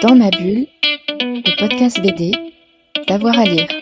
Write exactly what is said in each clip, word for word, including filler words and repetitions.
Dans ma bulle, le podcast B D, d'avoir à lire.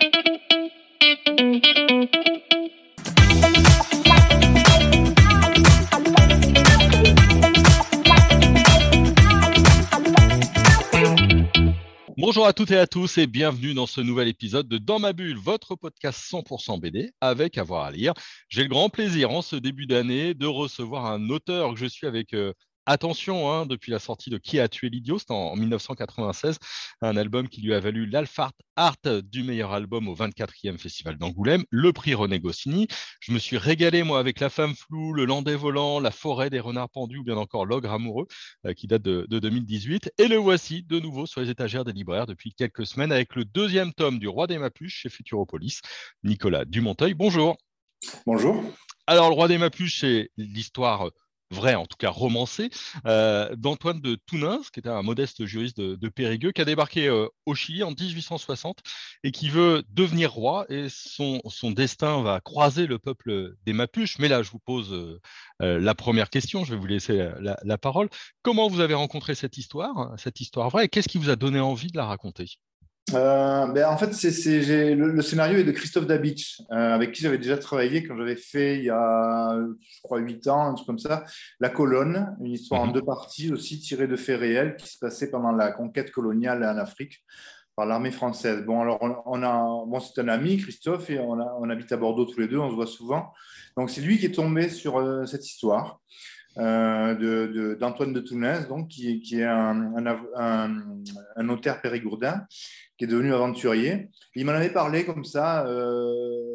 Bonjour à toutes et à tous et bienvenue dans ce nouvel épisode de Dans ma bulle, votre podcast cent pour cent B D avec avoir à lire. J'ai le grand plaisir en ce début d'année de recevoir un auteur que je suis avec euh, attention hein, depuis la sortie de Qui a tué l'idiot, c'était en, en mille neuf cent quatre-vingt-seize, un album qui lui a valu l'Alphard Art du meilleur album au vingt-quatrième Festival d'Angoulême, le prix René Goscinny. Je me suis régalé moi avec La Femme floue, Le Landais volant, La forêt des renards pendus ou bien encore L'ogre amoureux euh, qui date de, de deux mille dix-huit. Et le voici de nouveau sur les étagères des libraires depuis quelques semaines avec le deuxième tome du Roi des Mapuches chez Futuropolis, Nicolas Dumonteuil. Bonjour. Bonjour. Alors, Le Roi des Mapuches, c'est l'histoire vraie, en tout cas romancée, euh, d'Antoine de Tounens, qui était un modeste juriste de, de Périgueux, qui a débarqué euh, au Chili en dix-huit cent soixante et qui veut devenir roi. Et son, son destin va croiser le peuple des Mapuches. Mais là, je vous pose euh, euh, la première question, je vais vous laisser la, la, la parole. Comment vous avez rencontré cette histoire, cette histoire vraie, et qu'est-ce qui vous a donné envie de la raconter ? Euh, ben, en fait, c'est, c'est, j'ai, le, le scénario est de Christophe Dabitsch, euh, avec qui j'avais déjà travaillé quand j'avais fait, il y a, je crois, huit ans, un truc comme ça, La Colonne, une histoire mm-hmm. en deux parties aussi, tirée de faits réels qui se passaient pendant la conquête coloniale en Afrique par l'armée française. Bon, alors, on, on a, bon, c'est un ami, Christophe, et on, a, on habite à Bordeaux tous les deux, on se voit souvent. Donc, c'est lui qui est tombé sur euh, cette histoire. Euh, de, de, d'Antoine de Tounens, donc, qui, qui est un, un, un, un notaire périgourdin, qui est devenu aventurier. Il m'en avait parlé comme ça, euh,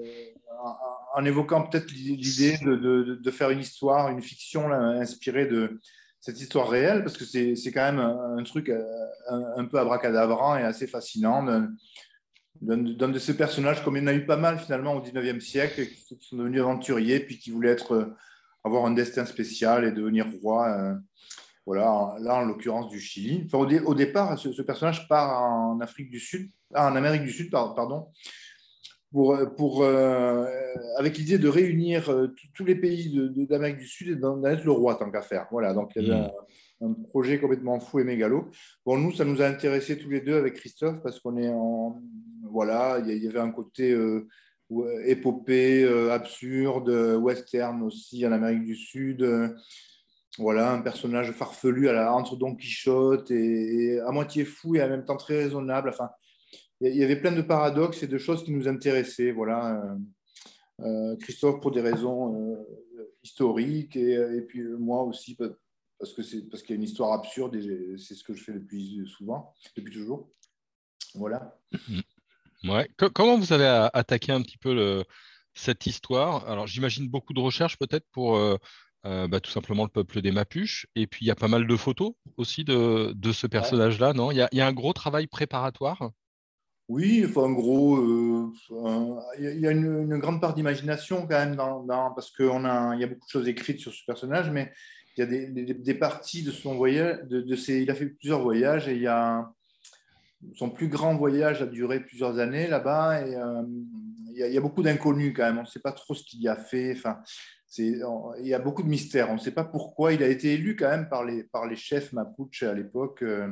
en, en évoquant peut-être l'idée de, de, de faire une histoire, une fiction là, inspirée de cette histoire réelle, parce que c'est, c'est quand même un, un truc un, un peu abracadabrant et assez fascinant d'un, d'un, d'un de ces personnages, comme il y en a eu pas mal finalement au dix-neuvième siècle, qui sont devenus aventuriers, puis qui voulaient être... avoir un destin spécial et devenir roi, euh, voilà, là en l'occurrence du Chili. Enfin, au, dé, au départ, ce, ce personnage part en Afrique du Sud, ah, en Amérique du Sud, pardon, pour, pour, euh, avec l'idée de réunir euh, tous les pays de, de, d'Amérique du Sud et d'en être le roi tant qu'à faire. Voilà, donc il y avait un, un projet complètement fou et mégalo. Bon, nous, ça nous a intéressés tous les deux avec Christophe parce qu'on est en, voilà, il y avait un côté euh, épopée euh, absurde, western aussi en Amérique du Sud, euh, voilà, un personnage farfelu à la, entre Don Quichotte et, et à moitié fou et en même temps très raisonnable. Enfin, il y, y avait plein de paradoxes et de choses qui nous intéressaient. Voilà, euh, euh, Christophe pour des raisons euh, historiques et, et puis moi aussi parce que c'est parce qu'il y a une histoire absurde et c'est ce que je fais depuis souvent, depuis toujours. Voilà. Ouais. C- comment vous avez attaqué un petit peu le, cette histoire ? Alors, j'imagine beaucoup de recherches peut-être pour euh, euh, bah, tout simplement le peuple des Mapuches. Et puis, il y a pas mal de photos aussi de, de ce personnage-là, non ? Il y a, il y a un gros travail préparatoire ? Oui, enfin, en gros, euh, il y a une, une grande part d'imagination quand même, dans, dans, parce qu'il y a beaucoup de choses écrites sur ce personnage, mais il y a des, des, des parties de son voyage, de, de ses, il a fait plusieurs voyages et il y a son plus grand voyage a duré plusieurs années là-bas et euh, il, y a, il y a beaucoup d'inconnus quand même. On ne sait pas trop ce qu'il y a fait. Enfin, c'est, il y a beaucoup de mystères. On ne sait pas pourquoi. Il a été élu quand même par les, par les chefs Mapuche à l'époque, euh,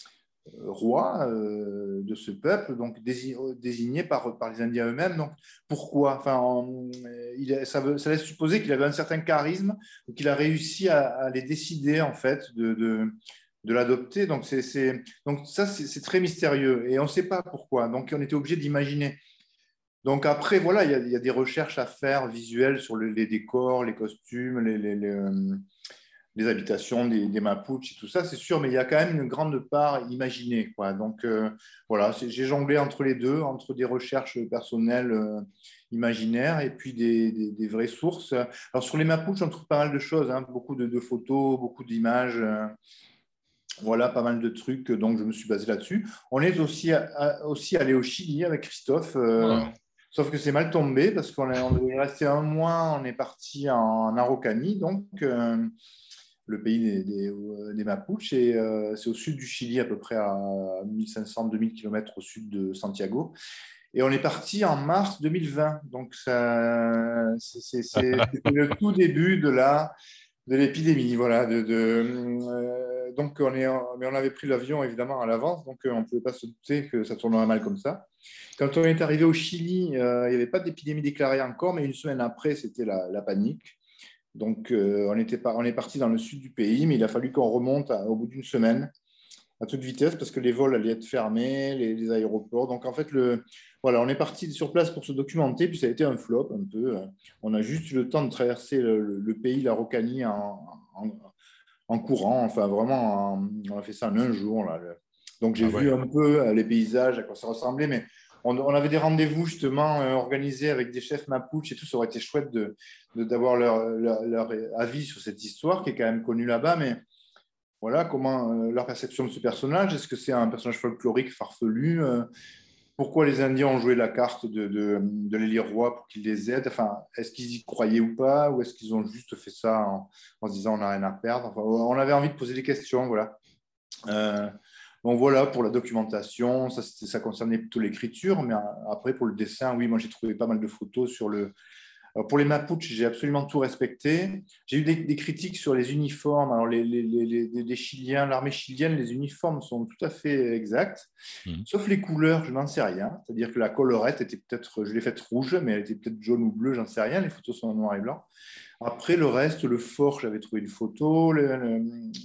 roi euh, de ce peuple, donc désigné par, par les Indiens eux-mêmes. Donc pourquoi ? Enfin, on, il, ça, veut, ça laisse supposer qu'il avait un certain charisme, qu'il a réussi à, à les décider en fait de, de de l'adopter. Donc, c'est, c'est, donc ça, c'est, c'est très mystérieux et on ne sait pas pourquoi. Donc, on était obligé d'imaginer. Donc, après, voilà, il y a, il y a des recherches à faire visuelles sur le, les décors, les costumes, les, les, les, euh, les habitations des, des Mapuches et tout ça, c'est sûr, mais il y a quand même une grande part imaginée, quoi. Donc, euh, voilà, c'est, j'ai jonglé entre les deux, entre des recherches personnelles euh, imaginaires et puis des, des, des vraies sources. Alors, sur les Mapuches, on trouve pas mal de choses, hein, beaucoup de, de photos, beaucoup d'images. Euh, Voilà, pas mal de trucs, donc je me suis basé là-dessus. On est aussi, à, aussi allé au Chili avec Christophe, euh, wow. Sauf que c'est mal tombé parce qu'on est, on est resté un mois, on est parti en Araucanie, donc euh, le pays des, des, des Mapuches, et euh, c'est au sud du Chili, à peu près à mille cinq cents à deux mille kilomètres au sud de Santiago. Et on est parti en mars deux mille vingt, donc ça, c'est, c'est, c'est, c'était le tout début de la... de l'épidémie, voilà, de, de, euh, donc, on, est, mais on avait pris l'avion évidemment à l'avance, donc euh, on ne pouvait pas se douter que ça tournerait mal comme ça. Quand on est arrivé au Chili, euh, il n'y avait pas d'épidémie déclarée encore, mais une semaine après, c'était la, la panique. Donc, euh, on, était pas, on est parti dans le sud du pays, mais il a fallu qu'on remonte à, au bout d'une semaine à toute vitesse parce que les vols allaient être fermés, les, les aéroports. Donc, en fait, le, voilà, on est parti sur place pour se documenter, puis ça a été un flop un peu. On a juste eu le temps de traverser le, le, le pays, l'Araucanie, en, en, en courant. Enfin, vraiment, en, on a fait ça en un jour. Là. Donc, j'ai Ah vu ouais. un peu les paysages, à quoi ça ressemblait, mais on, on avait des rendez-vous justement euh, organisés avec des chefs Mapuche et tout. Ça aurait été chouette de, de, d'avoir leur, leur, leur avis sur cette histoire qui est quand même connue là-bas, mais voilà, comment euh, leur perception de ce personnage. Est-ce que c'est un personnage folklorique farfelu euh, Pourquoi les Indiens ont joué la carte de, de, de l'élire roi pour qu'il les aide? Enfin, est-ce qu'ils y croyaient ou pas? Ou est-ce qu'ils ont juste fait ça en, en se disant on n'a rien à perdre? Enfin, on avait envie de poser des questions, voilà. Euh, donc voilà, pour la documentation, ça, ça concernait plutôt l'écriture, mais après pour le dessin, oui, moi j'ai trouvé pas mal de photos sur le, alors pour les Mapuches, j'ai absolument tout respecté. J'ai eu des, des critiques sur les uniformes. Alors, les, les, les, les, les Chiliens, l'armée chilienne, les uniformes sont tout à fait exacts. Mmh. Sauf les couleurs, je n'en sais rien. C'est-à-dire que la collerette était peut-être, je l'ai faite rouge, mais elle était peut-être jaune ou bleue, j'en sais rien. Les photos sont en noir et blanc. Après, le reste, le fort, j'avais trouvé une photo. Le, le,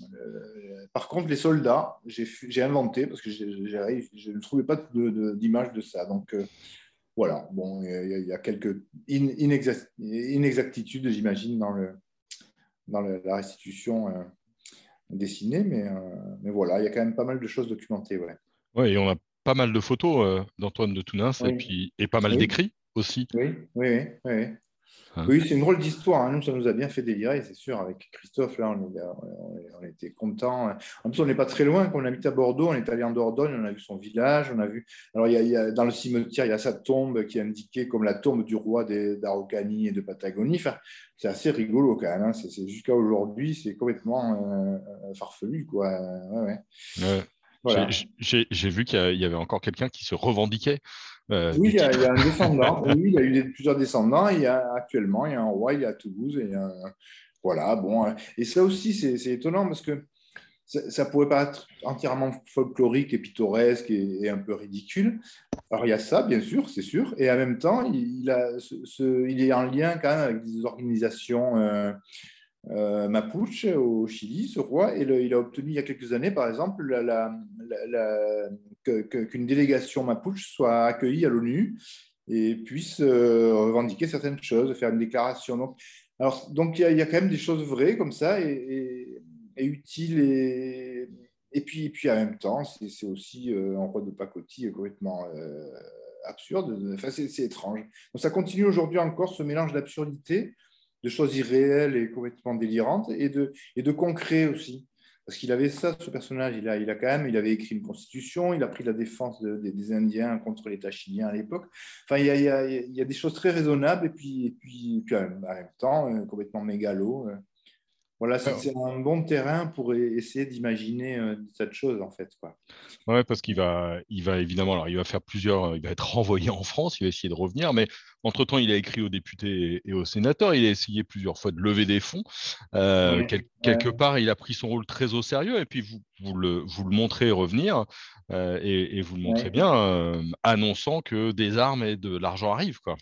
le, par contre, les soldats, j'ai, j'ai inventé parce que j'ai, j'ai, je ne trouvais pas de, de, d'image de ça. Donc, euh, voilà, bon, il y a quelques inexact- inexactitudes, j'imagine, dans, le, dans le, la restitution euh, dessinée, mais, euh, mais voilà, il y a quand même pas mal de choses documentées. Ouais. Ouais, et on a pas mal de photos euh, d'Antoine de Tounins et, Oui. puis, et pas mal Oui. d'écrits aussi. Oui, oui, oui, oui. Hein. Oui, c'est une drôle d'histoire. Hein. Nous, ça nous a bien fait délirer, c'est sûr. Avec Christophe, là, on, on, on était contents. En plus, on n'est pas très loin. Quand on habite à Bordeaux, on est allé en Dordogne, on a vu son village. On a vu. Alors, il y a, il y a, dans le cimetière, il y a sa tombe qui est indiquée comme la tombe du roi d'Araucanie et de Patagonie. Enfin, c'est assez rigolo quand même. Hein. C'est, c'est, jusqu'à aujourd'hui, c'est complètement euh, farfelu, quoi. Ouais, ouais. Ouais. Voilà. J'ai, j'ai, j'ai vu qu'il y avait encore quelqu'un qui se revendiquait euh, Oui, du il y, a, il y titre. a un descendant. Oui, il y a eu des, plusieurs descendants. Il y a, actuellement, il y a un roi, il y a à Toulouse. Et un, voilà, bon. Et ça aussi, c'est, c'est étonnant parce que ça, ça pourrait paraître entièrement folklorique et pittoresque et, et un peu ridicule. Alors, il y a ça, bien sûr, c'est sûr. Et en même temps, il, il, a, ce, ce, il est en lien quand même avec des organisations euh, euh, Mapuche au Chili, ce roi. Et le, il a obtenu il y a quelques années, par exemple, la, la, la, la, que, que, qu'une délégation Mapuche soit accueillie à l'ONU et puisse euh, revendiquer certaines choses, faire une déclaration. Donc, alors, donc il y, a, il y a quand même des choses vraies comme ça et, et, et utiles. Et, et, puis, et puis, en même temps, c'est, c'est aussi euh, un roi de pacotille complètement euh, absurde. Enfin, c'est, c'est étrange. Donc, ça continue aujourd'hui encore, ce mélange d'absurdité, de choses irréelles et complètement délirantes, et de, et de concret aussi. Parce qu'il avait ça, ce personnage. Il a, il a quand même, il avait écrit une constitution, il a pris la défense de, de, des Indiens contre l'État chilien à l'époque. Enfin, il y a, il y a, il y a des choses très raisonnables, et puis, et puis, et puis en même temps, euh, complètement mégalo. Euh. Voilà, c'est, c'est un bon terrain pour essayer d'imaginer euh, cette chose, en fait, quoi. Ouais, parce qu'il va, il va évidemment, alors il va faire plusieurs, il va être renvoyé en France, il va essayer de revenir, mais entre-temps, il a écrit aux députés et, et aux sénateurs, il a essayé plusieurs fois de lever des fonds. Euh, Ouais, quel, ouais. quelque part, il a pris son rôle très au sérieux, et puis vous, vous, le, vous le montrez revenir, euh, et, et vous le montrez Ouais. bien, euh, annonçant que des armes et de l'argent arrivent, quoi.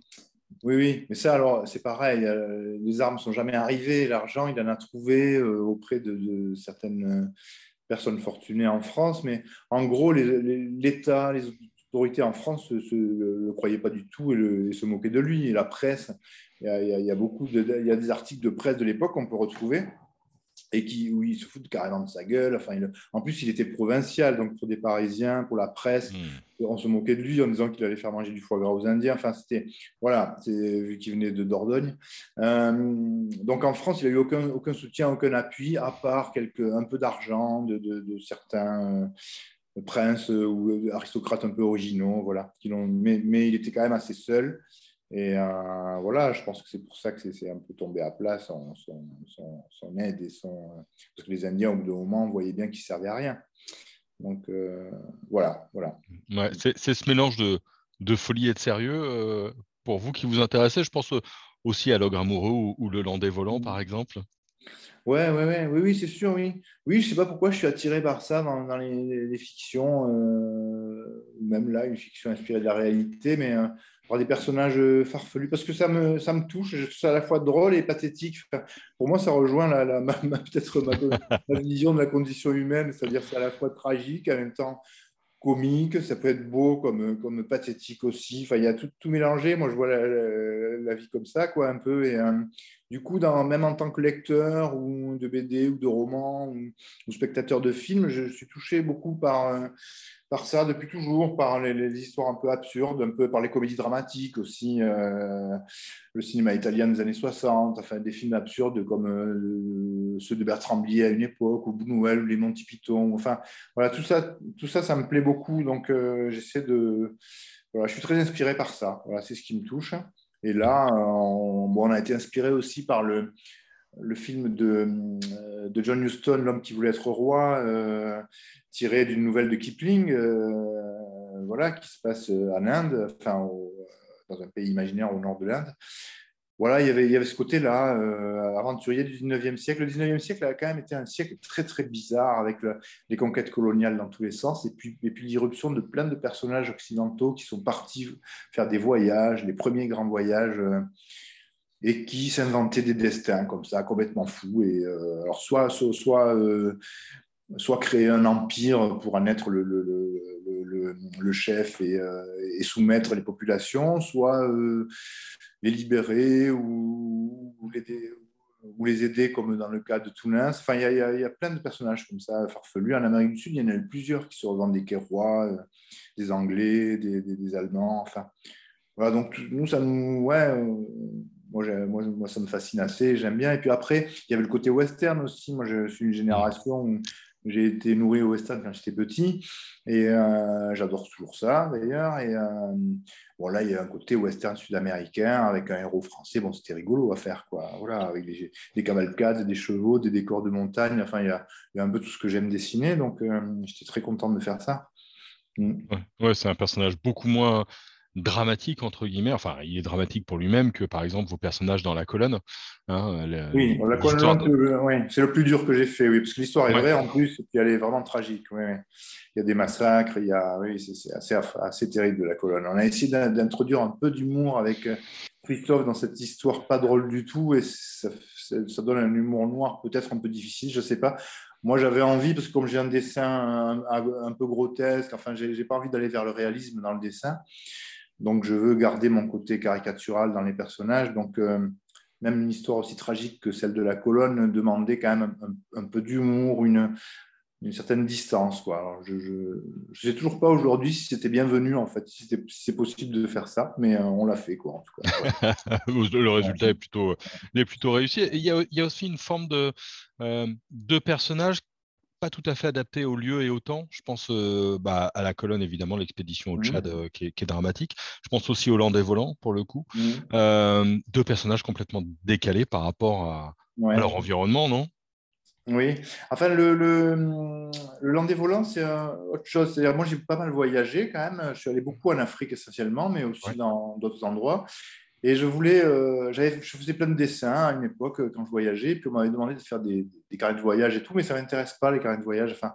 Oui, oui, mais ça, alors, c'est pareil. euh, les armes ne sont jamais arrivées. L'argent, il en a trouvé euh, auprès de, de certaines euh, personnes fortunées en France. Mais en gros, les- les- l'État, les autorités en France ne le croyaient pas du tout et, le- et se moquaient de lui. Et la presse, il y a, il y a- il y a beaucoup de, il y a des articles de presse de l'époque qu'on peut retrouver et qui, où il se fout carrément de sa gueule. Enfin, il, en plus, il était provincial, donc pour des Parisiens, pour la presse, Hmm. on se moquait de lui en disant qu'il allait faire manger du foie gras aux Indiens. Enfin, c'était, voilà, c'est, vu qu'il venait de Dordogne. Euh, donc en France, il n'a eu aucun, aucun soutien, aucun appui, à part quelques, un peu d'argent de, de, de certains euh, princes ou aristocrates un peu originaux, voilà. Qui l'ont, mais, mais il était quand même assez seul. Et euh, voilà, je pense que c'est pour ça que c'est, c'est un peu tombé à plat son, son, son, son aide et son. Parce que les Indiens, au bout d'un moment, voyaient bien qu'ils ne servaient à rien. Donc euh, voilà, voilà. Ouais, c'est, c'est ce mélange de, de folie et de sérieux, euh, pour vous qui vous intéressez, je pense euh, aussi à L'Ogre amoureux ou, ou Le Landais volant, par exemple. Ouais, ouais, ouais, oui, oui, c'est sûr, oui. Oui, je sais pas pourquoi je suis attiré par ça dans, dans les, les fictions, euh, même là, une fiction inspirée de la réalité, mais euh, par des personnages euh, farfelus, parce que ça me, ça me touche, je trouve ça à la fois drôle et pathétique. Enfin, pour moi, ça rejoint la, la- ma- ma- peut-être ma, ma vision de la condition humaine, c'est-à-dire c'est à la fois tragique, en même temps comique, ça peut être beau comme, comme pathétique aussi. Enfin, il y a tout, tout mélangé. Moi, je vois la, la- la vie comme ça, quoi, un peu. Et euh, du coup, dans, même en tant que lecteur ou de B D ou de roman ou, ou spectateur de film, je suis touché beaucoup par, euh, par ça depuis toujours, par les, les histoires un peu absurdes, un peu par les comédies dramatiques aussi, euh, le cinéma italien des années soixante, enfin des films absurdes comme euh, ceux de Bertrand Blier à une époque, ou Buñuel, ou les Monty Python, enfin voilà, tout ça, tout ça, ça me plaît beaucoup, donc euh, j'essaie de... Voilà, je suis très inspiré par ça, voilà, c'est ce qui me touche. Et là, on, bon, on a été inspiré aussi par le, le film de, euh, de John Huston, L'homme qui voulait être roi, euh, tiré d'une nouvelle de Kipling, euh, voilà, qui se passe en Inde, enfin, au, dans un pays imaginaire au nord de l'Inde. Voilà, il y avait, il y avait ce côté-là, euh, aventurier du dix-neuvième siècle. Le dix-neuvième siècle a quand même été un siècle très, très bizarre avec le, les conquêtes coloniales dans tous les sens et puis, et puis l'irruption de plein de personnages occidentaux qui sont partis faire des voyages, les premiers grands voyages. Euh, et qui s'inventaient des destins comme ça, complètement fous. Et, euh, alors, soit, soit, soit, euh, soit créer un empire pour en être le, le, le, le, le chef et, euh, et, soumettre les populations, soit euh, les libérer ou, ou, les, ou les aider, comme dans le cas de Toulouse. Enfin, il y, y, y a plein de personnages comme ça, farfelus. En Amérique du Sud, il y en a eu plusieurs qui se revendiquaient rois, euh, des Anglais, des, des, des Allemands, enfin. Voilà, donc nous, ça nous. Ouais, euh, moi, moi, moi, ça me fascine assez, j'aime bien. Et puis après, il y avait le côté western aussi. Moi, je suis une génération où j'ai été nourri au western quand j'étais petit. Et euh, j'adore toujours ça, d'ailleurs. Et euh, bon, là, il y a un côté western sud-américain avec un héros français. Bon, c'était rigolo à faire, quoi. Voilà, avec des, des cavalcades, des chevaux, des décors de montagne. Enfin, il y a, il y a un peu tout ce que j'aime dessiner. Donc, euh, j'étais très content de faire ça. Mm. Ouais, ouais, c'est un personnage beaucoup moins dramatique, entre guillemets. Enfin, il est dramatique pour lui-même que, par exemple, vos personnages dans La Colonne. Hein, Oui, la l'histoire colonne, de... oui, c'est le plus dur que j'ai fait, oui, parce que l'histoire est Ouais, vraie en plus, et puis elle est vraiment tragique. Oui, oui. Il y a des massacres, il y a, oui, c'est c'est assez, assez terrible de la colonne. On a essayé d'introduire un peu d'humour avec euh, Christophe dans cette histoire pas drôle du tout, et ça, ça donne un humour noir peut-être un peu difficile, je sais pas. Moi, j'avais envie, parce que comme j'ai un dessin un, un peu grotesque, enfin, j'ai j'ai pas envie d'aller vers le réalisme dans le dessin, donc je veux garder mon côté caricatural dans les personnages, donc. Euh, même une histoire aussi tragique que celle de la colonne demandait quand même un, un, un peu d'humour, une, une, certaine distance. Quoi. Alors je ne sais toujours pas aujourd'hui si c'était bienvenu, en fait, si, si c'est possible de faire ça, mais euh, on l'a fait, quoi, en tout cas. Voilà. le résultat est plutôt, est plutôt réussi. Et il y a, il y a aussi une forme de, euh, de personnage pas tout à fait adapté au lieu et au temps. Je pense euh, bah, à la colonne, évidemment, l'expédition au Tchad Mmh. euh, qui, est, qui est dramatique. Je pense aussi au Landais volant, pour le coup. Mmh. Euh, deux personnages complètement décalés par rapport à, à Ouais. leur environnement, non? Oui, enfin, le, le, le Landais volant, c'est euh, autre chose. C'est-à-dire, moi, j'ai pas mal voyagé quand même. Je suis allé beaucoup en Afrique essentiellement, mais aussi Ouais. dans d'autres endroits. Et je voulais, euh, j'avais, je faisais plein de dessins à une époque euh, quand je voyageais, puis on m'avait demandé de faire des, des carnets de voyage et tout, mais ça ne m'intéresse pas les carnets de voyage. Enfin,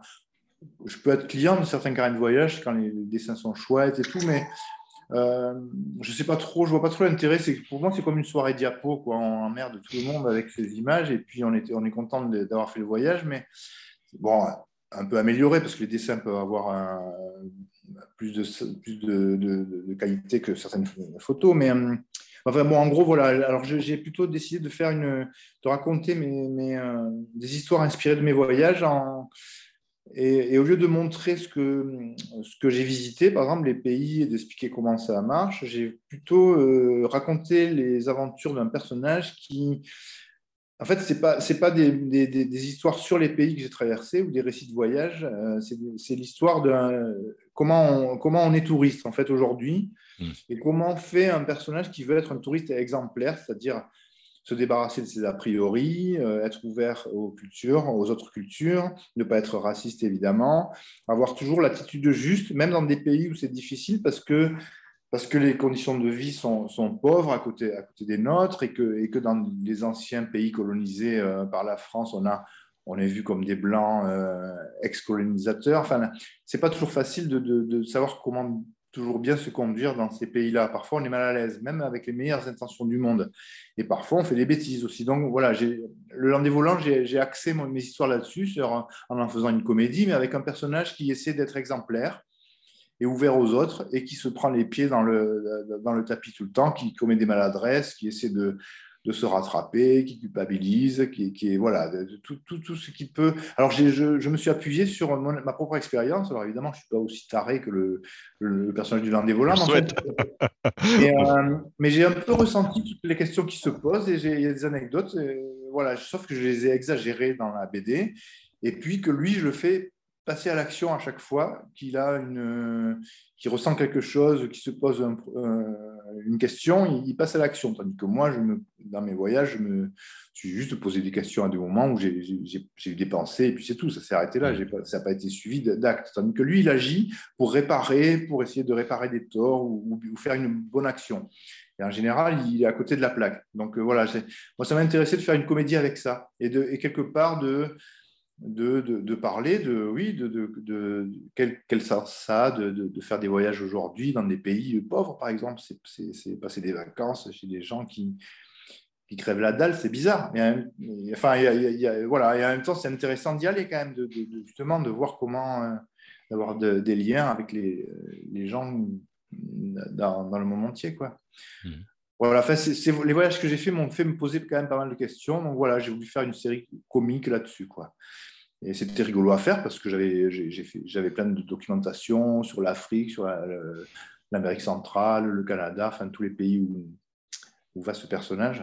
je peux être client de certains carnets de voyage quand les, les dessins sont chouettes et tout, mais euh, je sais pas trop, je vois pas trop l'intérêt. C'est que pour moi, c'est comme une soirée diapo, quoi. On emmerde tout le monde avec ces images et puis on était, on est content de- d'avoir fait le voyage, mais bon, un peu amélioré parce que les dessins peuvent avoir un, plus de, plus de, de, de, qualité que certaines photos, mais euh, enfin bon, en gros, voilà. Alors j'ai plutôt décidé de faire une, de raconter mes, mes euh, des histoires inspirées de mes voyages en, et, et, au lieu de montrer ce que, ce que j'ai visité, par exemple les pays, et d'expliquer comment ça marche, j'ai plutôt euh, raconté les aventures d'un personnage qui, en fait, ce n'est pas, c'est pas des, des, des, histoires sur les pays que j'ai traversés ou des récits de voyage, euh, c'est l'histoire de comment on, comment on est touriste en fait aujourd'hui Mm. et comment fait un personnage qui veut être un touriste exemplaire, c'est-à-dire se débarrasser de ses a priori, euh, être ouvert aux cultures, aux autres cultures, ne pas être raciste évidemment, avoir toujours l'attitude juste, même dans des pays où c'est difficile parce que parce que les conditions de vie sont, sont pauvres à côté, à côté des nôtres et que, et que dans les anciens pays colonisés euh, par la France, on, a, on est vu comme des blancs euh, ex-colonisateurs. Enfin, c'est pas toujours facile de, de, de savoir comment toujours bien se conduire dans ces pays-là. Parfois, on est mal à l'aise, même avec les meilleures intentions du monde. Et parfois, on fait des bêtises aussi. Donc, voilà, j'ai, le Landais volant, j'ai, j'ai axé mon, mes histoires là-dessus sur, en en faisant une comédie, mais avec un personnage qui essaie d'être exemplaire et ouvert aux autres et qui se prend les pieds dans le, dans le tapis tout le temps, qui commet des maladresses, qui essaie de, de se rattraper, qui culpabilise, qui, qui est voilà, de, de, tout, tout, tout ce qui peut. Alors, j'ai, je, je me suis appuyé sur mon, ma propre expérience. Alors, évidemment, je ne suis pas aussi taré que le, le personnage du Landais volant. Je le En souhaite. fait, mais, euh, mais j'ai un peu ressenti toutes les questions qui se posent et j'ai, il y a des anecdotes, euh, voilà, sauf que je les ai exagérées dans la B D. Et puis que lui, je le fais passer à l'action à chaque fois, qu'il a une, qu'il ressent quelque chose, qu'il se pose un, euh, une question, il, il passe à l'action. Tandis que moi, je me, dans mes voyages, je me suis juste posé des questions à des moments où j'ai, j'ai, j'ai eu des pensées et puis c'est tout, ça s'est arrêté là. J'ai pas, ça n'a pas été suivi d'actes. Tandis que lui, il agit pour réparer, pour essayer de réparer des torts ou, ou faire une bonne action. Et en général, il est à côté de la plaque. Donc euh, voilà, c'est, moi, ça m'a intéressé de faire une comédie avec ça et, de, et quelque part de De, de, de parler de, oui, de, de, de, de quel, quel sens ça a de, de, de faire des voyages aujourd'hui dans des pays pauvres, par exemple. C'est, c'est, c'est passer des vacances chez des gens qui, qui crèvent la dalle, c'est bizarre. Mais, enfin, il y a, il y a, voilà, et en même temps, c'est intéressant d'y aller quand même, de, de, de justement de voir comment, euh, d'avoir de, des liens avec les, les gens dans, dans le monde entier, quoi. Mmh. Voilà, enfin, c'est, c'est, les voyages que j'ai faits m'ont fait me poser quand même pas mal de questions. Donc voilà, j'ai voulu faire une série comique là-dessus, quoi. Et c'était rigolo à faire parce que j'avais, j'ai, j'ai fait, j'avais plein de documentation sur l'Afrique, sur la, le, l'Amérique centrale, le Canada, enfin tous les pays où, où va ce personnage.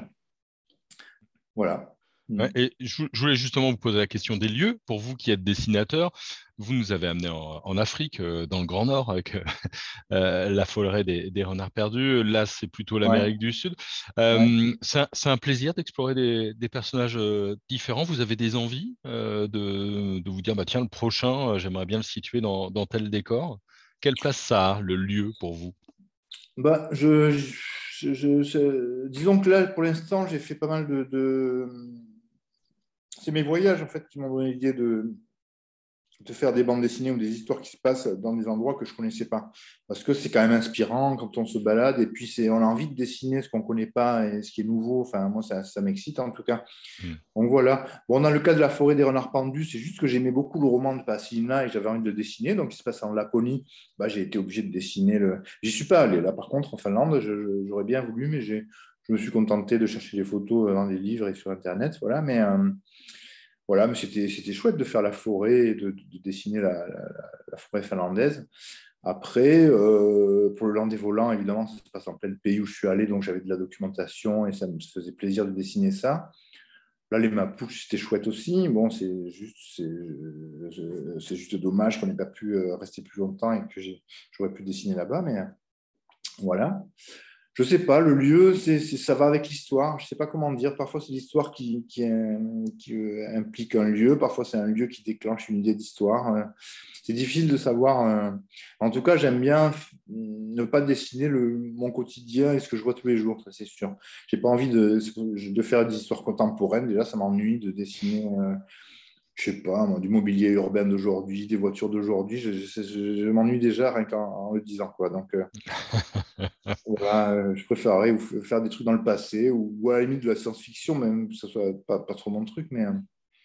Voilà. Ouais, et je voulais justement vous poser la question des lieux. Pour vous qui êtes dessinateur, vous nous avez amené en, en Afrique, euh, dans le Grand Nord, avec euh, la forêt des, des renards perdus. Là, c'est plutôt l'Amérique ouais. du Sud. Euh, ouais. c'est, un, c'est un plaisir d'explorer des, des personnages euh, différents. Vous avez des envies euh, de, de vous dire, bah, tiens, le prochain, euh, j'aimerais bien le situer dans, dans tel décor. Quelle place ça a, le lieu, pour vous? bah, je, je, je, je, disons que là, pour l'instant, j'ai fait pas mal de... de... C'est mes voyages, en fait, qui m'ont donné l'idée de, de faire des bandes dessinées ou des histoires qui se passent dans des endroits que je ne connaissais pas. Parce que c'est quand même inspirant quand on se balade et puis c'est, on a envie de dessiner ce qu'on ne connaît pas et ce qui est nouveau. Enfin, moi, ça, ça m'excite en tout cas. Mmh. Donc voilà. Bon, dans le cas de la forêt des renards pendus, c'est juste que j'aimais beaucoup le roman de Passina et j'avais envie de le dessiner. Donc, il se passe en Laponie. Bah, j'ai été obligé de dessiner le... J'y suis pas allé. Là, par contre, en Finlande, je, je, j'aurais bien voulu, mais j'ai, je me suis contenté de chercher des photos dans des livres et sur Internet. Voilà, mais... Euh... Voilà, mais c'était, c'était chouette de faire la forêt et de, de dessiner la, la, la forêt finlandaise. Après, euh, pour le Landais volant, évidemment, ça se passe en plein pays où je suis allé, donc j'avais de la documentation et ça me faisait plaisir de dessiner ça. Là, les Mapuches, c'était chouette aussi. Bon, c'est juste, c'est, c'est juste dommage qu'on n'ait pas pu rester plus longtemps et que j'ai, j'aurais pu dessiner là-bas, mais voilà. Je ne sais pas, le lieu, c'est, c'est, ça va avec l'histoire. Je ne sais pas comment dire. Parfois, c'est l'histoire qui, qui, qui implique un lieu. Parfois, c'est un lieu qui déclenche une idée d'histoire. C'est difficile de savoir. En tout cas, j'aime bien ne pas dessiner le, mon quotidien et ce que je vois tous les jours, ça c'est sûr. Je n'ai pas envie de, de faire des histoires contemporaines. Déjà, ça m'ennuie de dessiner... je sais pas, moi, du mobilier urbain d'aujourd'hui, des voitures d'aujourd'hui, je, je, je, je m'ennuie déjà rien qu'en en le disant, quoi. Donc, euh, voilà, je préférerais faire des trucs dans le passé ou, ou à la limite de la science-fiction, même que ce soit pas, pas trop mon truc, mais euh,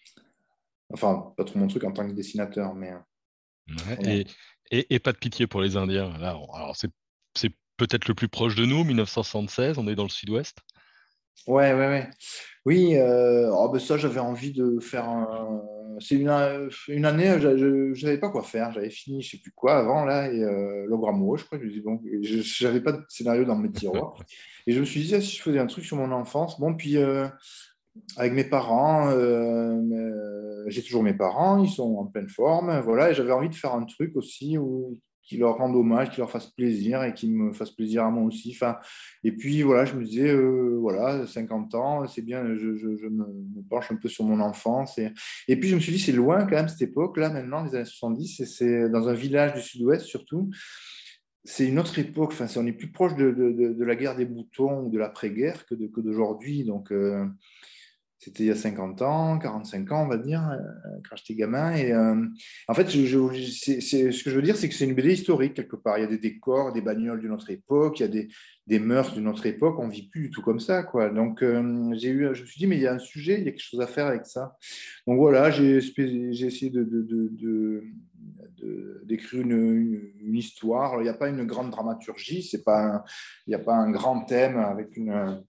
enfin, pas trop mon truc en tant que dessinateur, mais ouais, voilà. et, et, et pas de pitié pour les Indiens. Là, alors c'est, c'est peut-être le plus proche de nous, mille neuf cent soixante-seize, on est dans le Sud-Ouest. Ouais, ouais, ouais. Oui, euh, oh ben ça, j'avais envie de faire un... C'est une, une année, je ne savais pas quoi faire. J'avais fini, je ne sais plus quoi, avant, là, et euh, L'Ogre amoureux, je crois. Je me dis, bon, je n'avais pas de scénario dans mes tiroirs. Et je me suis dit, ah, si je faisais un truc sur mon enfance, bon, puis euh, avec mes parents, euh, euh, j'ai toujours mes parents, ils sont en pleine forme, voilà, et j'avais envie de faire un truc aussi où qui leur rende hommage, qui leur fasse plaisir et qui me fasse plaisir à moi aussi. Enfin, et puis voilà, je me disais, euh, voilà, cinquante ans, c'est bien, je, je, je me, me penche un peu sur mon enfance. Et, et puis je me suis dit, c'est loin quand même cette époque-là, maintenant, les années soixante-dix, et c'est dans un village du Sud-Ouest surtout. c'est une autre époque. Enfin, c'est, on est plus proche de, de, de, de la guerre des boutons ou de l'après-guerre que, de, que d'aujourd'hui. Donc, euh, c'était il y a cinquante ans, quarante-cinq ans, on va dire, euh, quand j'étais gamin. Et euh, en fait, je, je- c'est, c'est- ce que je veux dire, c'est que c'est une B D historique, quelque part. Il y a des décors, des bagnoles d'une autre époque, il y a des, des mœurs d'une autre époque. On ne vit plus du tout comme ça, quoi. Donc, euh, j'ai eu, je me suis dit, mais il y a un sujet, il y a quelque chose à faire avec ça. Donc, voilà, j'ai, j'ai essayé de, de, de, de- de- d'écrire une, une- une histoire. Alors, il n'y a pas une grande dramaturgie, c'est pas un- il n'y a pas un grand thème avec une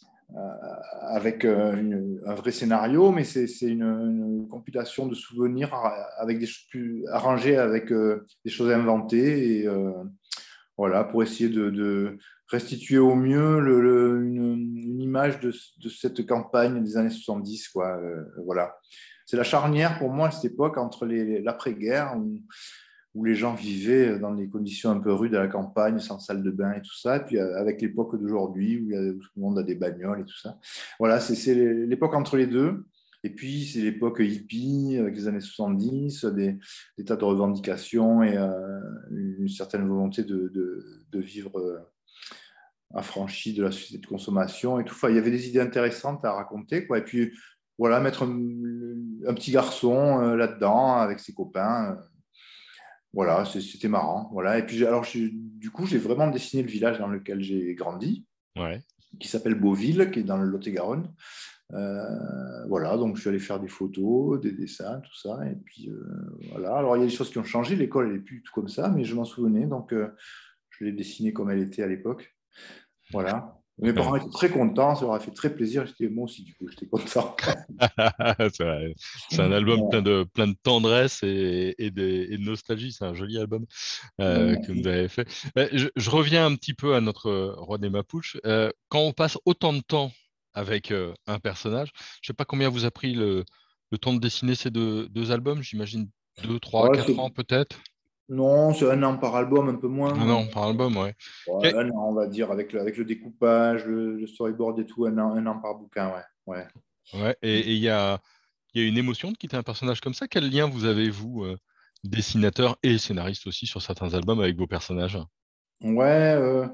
avec euh, une, un vrai scénario, mais c'est, c'est une, une, compilation de souvenirs avec des choses plus arrangées, avec euh, des choses inventées, et euh, voilà, pour essayer de, de restituer au mieux le, le, une, une, image de, de, cette campagne des années soixante-dix, quoi. Euh, voilà. C'est la charnière pour moi à cette époque entre les, l'après-guerre, où, où les gens vivaient dans des conditions un peu rudes à la campagne, sans salle de bain et tout ça, et puis avec l'époque d'aujourd'hui, où, il y a, où tout le monde a des bagnoles et tout ça. Voilà, c'est, c'est l'époque entre les deux. Et puis, c'est l'époque hippie, avec les années soixante-dix, des, des tas de revendications et euh, une certaine volonté de, de, de vivre euh, affranchi de la société de consommation et tout. Enfin, il y avait des idées intéressantes à raconter, quoi. Et puis, voilà, mettre un, un petit garçon euh, là-dedans avec ses copains. Euh, voilà, c'était marrant. Voilà. Et puis, alors, du coup, j'ai vraiment dessiné le village dans lequel j'ai grandi, ouais. qui s'appelle Beauville, qui est dans le Lot-et-Garonne. Euh, voilà, donc je suis allé faire des photos, des dessins, tout ça. Et puis, euh, voilà. Alors, il y a des choses qui ont changé. L'école, elle n'est plus tout comme ça, mais je m'en souvenais. Donc, euh, je l'ai dessinée comme elle était à l'époque. Voilà. Mes parents étaient très contents, ça leur a fait très plaisir. J'étais, moi aussi, du coup, j'étais content. c'est, vrai. C'est un album plein de, plein de tendresse et, et, de, et de nostalgie. C'est un joli album euh, que vous avez fait. Je, je reviens un petit peu à notre Roi des Mapuches. Euh, quand on passe autant de temps avec euh, un personnage, je ne sais pas combien vous a pris le, le temps de dessiner ces deux, deux albums. J'imagine deux, trois, Ouais, quatre ans peut-être. non, c'est un an par album, un peu Un moins. an par album, ouais. Ouais, Okay. un an, on va dire, avec le, avec le découpage, le, le storyboard et tout, un an, un an par bouquin, ouais. ouais. Ouais, et il y a, y a une émotion de quitter un personnage comme ça. Quel lien vous avez, vous, euh, dessinateur et scénariste aussi, sur certains albums avec vos personnages? Ouais, euh,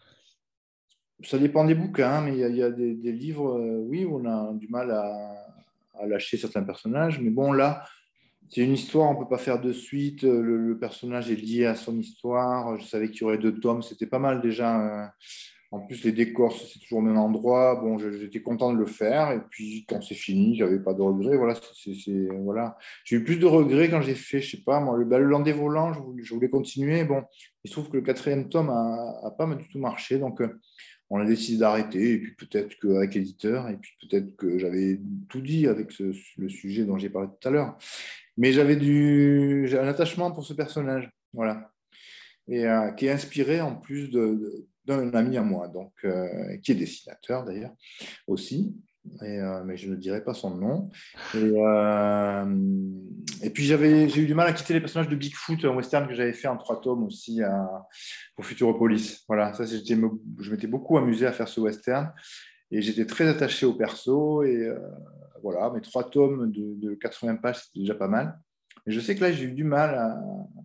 ça dépend des bouquins, mais il y a, il y a des, des livres, euh, oui, où on a du mal à, à lâcher certains personnages. Mais bon, là, c'est une histoire, on ne peut pas faire de suite. Le, le personnage est lié à son histoire. Je savais qu'il y aurait deux tomes, c'était pas mal déjà. euh, En plus, les décors, c'est toujours au même endroit. Bon, je- j'étais content de le faire. Et puis, quand c'est fini, j'avais pas de regrets. Voilà, c'est, c'est- voilà. J'ai eu plus de regrets quand j'ai fait, je sais pas, moi, le, bah, le Land des Volants, je voulais, je voulais continuer. Bon, il se trouve que le quatrième tome a, a pas du tout marché. Donc, euh, on a décidé d'arrêter. Et puis, peut-être qu'avec l'éditeur, et puis peut-être que j'avais tout dit avec ce- le sujet dont j'ai parlé tout à l'heure. Mais j'avais du, j'ai un attachement pour ce personnage. Voilà et euh, qui est inspiré en plus de, de, d'un ami à moi, donc, euh, qui est dessinateur d'ailleurs aussi, et, euh, mais je ne dirai pas son nom. Et, euh, et puis j'avais, j'ai eu du mal à quitter les personnages de Bigfoot, un western que j'avais fait en trois tomes aussi à, pour Futuropolis. Voilà, ça, j'étais, je m'étais beaucoup amusé à faire ce western et j'étais très attaché au perso. Et euh, voilà, mes trois tomes de, de quatre-vingts pages, c'était déjà pas mal. Et je sais que là, j'ai eu du mal à,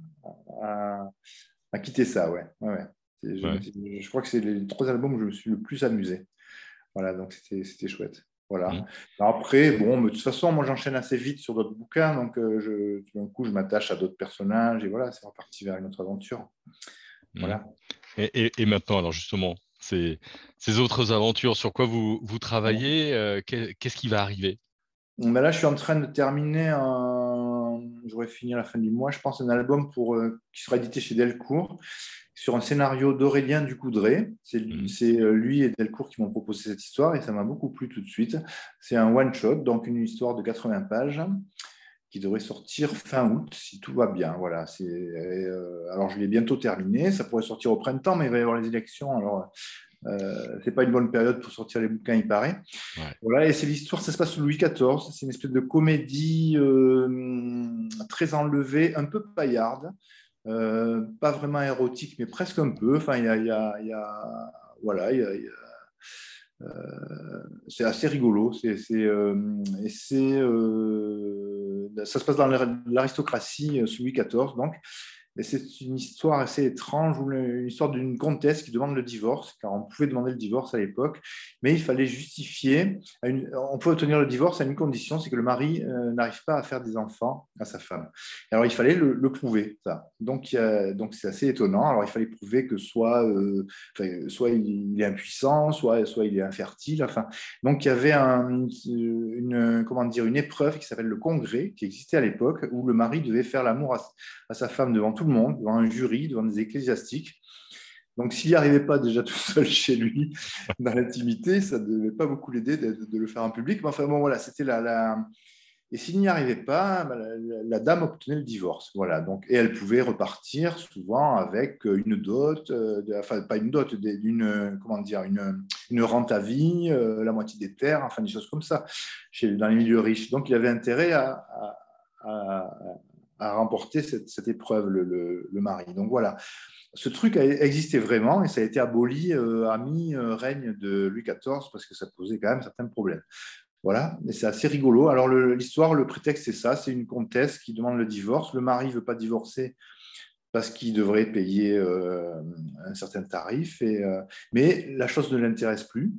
à à quitter ça, ouais. ouais, ouais. Ouais. Je, je, crois que c'est les trois albums où je me suis le plus amusé. Voilà, donc c'était, c'était chouette. Voilà. Mmh. Après, bon, mais de toute façon, moi j'enchaîne assez vite sur d'autres bouquins, donc euh, je, tout d'un coup, je m'attache à d'autres personnages et voilà, c'est reparti vers une autre aventure. Mmh. Voilà. Et, et, et maintenant, alors justement, ces, ces autres aventures, sur quoi vous, vous travaillez, euh, qu'est-ce qui va arriver? Ben là, je suis en train de terminer un... J'aurais fini à la fin du mois, je pense, un album pour, euh, qui sera édité chez Delcourt sur un scénario d'Aurélien Ducoudray. C'est Mmh. euh, lui et Delcourt qui m'ont proposé cette histoire et ça m'a beaucoup plu tout de suite. C'est un one-shot, donc une histoire de quatre-vingts pages qui devrait sortir fin août, si tout va bien. Voilà. C'est, euh, alors, je l'ai bientôt terminé. Ça pourrait sortir au printemps, mais il va y avoir les élections. Alors, euh, c'est pas une bonne période pour sortir les bouquins, il paraît. Ouais. Voilà, et c'est l'histoire, ça se passe sous Louis quatorze. C'est une espèce de comédie euh, très enlevée, un peu paillarde, euh, pas vraiment érotique, mais presque un peu. Enfin, il y a, il y a, il y a voilà, il y a, il y a euh, c'est assez rigolo. C'est, c'est, euh, et c'est, euh, ça se passe dans l'aristocratie sous Louis quatorze, donc. Et c'est une histoire assez étrange, une histoire d'une comtesse qui demande le divorce, car on pouvait demander le divorce à l'époque, mais il fallait justifier, à une, on pouvait obtenir le divorce à une condition, c'est que le mari euh, n'arrive pas à faire des enfants à sa femme. Et alors il fallait le, le prouver, ça. Donc, il y a, donc c'est assez étonnant. Alors il fallait prouver que soit, euh, enfin, soit il, il est impuissant, soit, soit il est infertile. Enfin, donc il y avait un, une, comment dire, une épreuve qui s'appelle le congrès, qui existait à l'époque, où le mari devait faire l'amour à, à sa femme devant tout le monde, devant un jury, devant des ecclésiastiques. Donc, s'il n'y arrivait pas déjà tout seul chez lui, dans l'intimité, ça ne devait pas beaucoup l'aider de, de le faire en public. Mais enfin, bon, voilà, c'était la... la... Et s'il n'y arrivait pas, la, la, la dame obtenait le divorce. Voilà, donc, et elle pouvait repartir souvent avec une dot, euh, de, enfin, pas une dot, d'une, comment dire, une, une rente à vie, euh, la moitié des terres, enfin, des choses comme ça, chez, dans les milieux riches. Donc, il avait intérêt à, à, à, à remporter cette, cette épreuve, le, le, le mari. Donc, voilà. Ce truc a existé vraiment et ça a été aboli euh, à mi-règne de Louis quatorze parce que ça posait quand même certains problèmes. Voilà, et c'est assez rigolo. Alors, le, l'histoire, le prétexte, c'est ça, c'est une comtesse qui demande le divorce. Le mari ne veut pas divorcer parce qu'il devrait payer euh, un certain tarif, et, euh, mais la chose ne l'intéresse plus.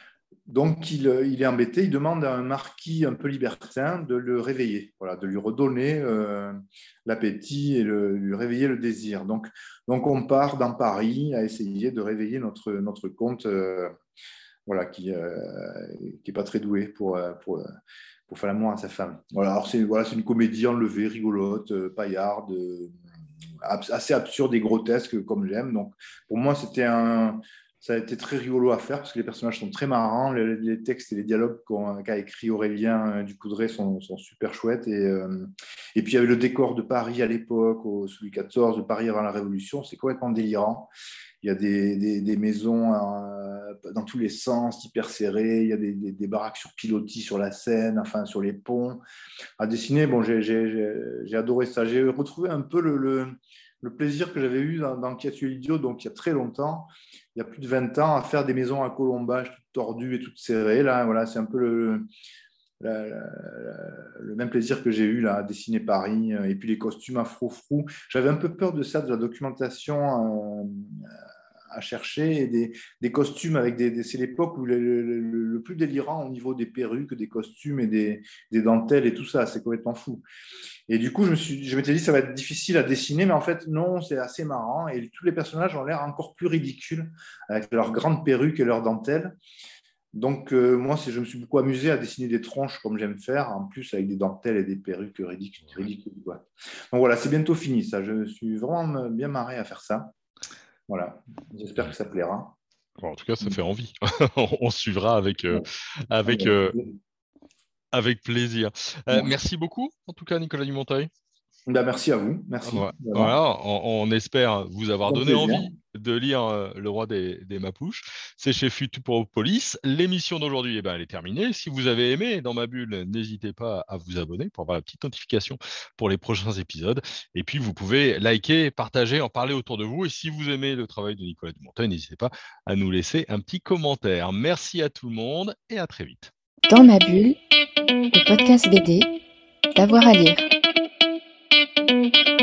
Donc, il, il est embêté, il demande à un marquis un peu libertin de le réveiller, voilà, de lui redonner euh, l'appétit et le, lui réveiller le désir. Donc, donc, on part dans Paris à essayer de réveiller notre, notre comte, euh, voilà, qui n'est euh, pas très doué pour, pour, pour faire l'amour à sa femme. Voilà, alors c'est, voilà, c'est une comédie enlevée, rigolote, euh, paillarde, euh, assez absurde et grotesque comme j'aime. Donc, pour moi, c'était un... Ça a été très rigolo à faire parce que les personnages sont très marrants, les, les textes et les dialogues qu'a écrit Aurélien Ducoudray sont, sont super chouettes. Et, euh, et puis il y avait le décor de Paris à l'époque, au, sous Louis quatorze, de Paris avant la Révolution, c'est complètement délirant. Il y a des, des, des maisons euh, dans tous les sens, hyper serrées, il y a des, des, des baraques sur pilotis sur la Seine, enfin sur les ponts. À dessiner, bon, j'ai, j'ai, j'ai adoré ça. J'ai retrouvé un peu le, le, le plaisir que j'avais eu dans, dans Qui a tué l'idiot, donc il y a très longtemps, il y a plus de vingt ans, à faire des maisons à colombage toutes tordues et toutes serrées. Là, voilà, c'est un peu le, la, la, le même plaisir que j'ai eu là, à dessiner Paris. Et puis les costumes à froufrou. J'avais un peu peur de ça, de la documentation euh, à chercher. Et des, des costumes avec des, des c'est l'époque où le, le, le, le plus délirant au niveau des perruques, des costumes et des, des dentelles et tout ça. C'est complètement fou. Et du coup, je, me suis, je m'étais dit, ça va être difficile à dessiner, mais en fait, non, c'est assez marrant. Et tous les personnages ont l'air encore plus ridicules, avec leurs grandes perruques et leurs dentelles. Donc, euh, moi, c'est, je me suis beaucoup amusé à dessiner des tronches, comme j'aime faire, en plus avec des dentelles et des perruques ridicules. ridicules quoi. Donc voilà, c'est bientôt fini, ça. Je suis vraiment bien marré à faire ça. Voilà, j'espère que ça plaira. Bon, en tout cas, ça fait envie. On suivra avec... Euh, avec euh... Avec plaisir. Euh, merci beaucoup, en tout cas, Nicolas Dumonteil. Ben, merci à vous. Merci. Ouais. Voilà, on, on espère vous avoir donné envie de lire euh, Le Roi des, des Mapouches. C'est chez Futuropolis. L'émission d'aujourd'hui, eh ben, elle est terminée. Si vous avez aimé Dans ma bulle, n'hésitez pas à vous abonner pour avoir la petite notification pour les prochains épisodes. Et puis, vous pouvez liker, partager, en parler autour de vous. Et si vous aimez le travail de Nicolas Dumonteil, n'hésitez pas à nous laisser un petit commentaire. Merci à tout le monde et à très vite. Dans ma bulle, le podcast B D, d'avoir à lire.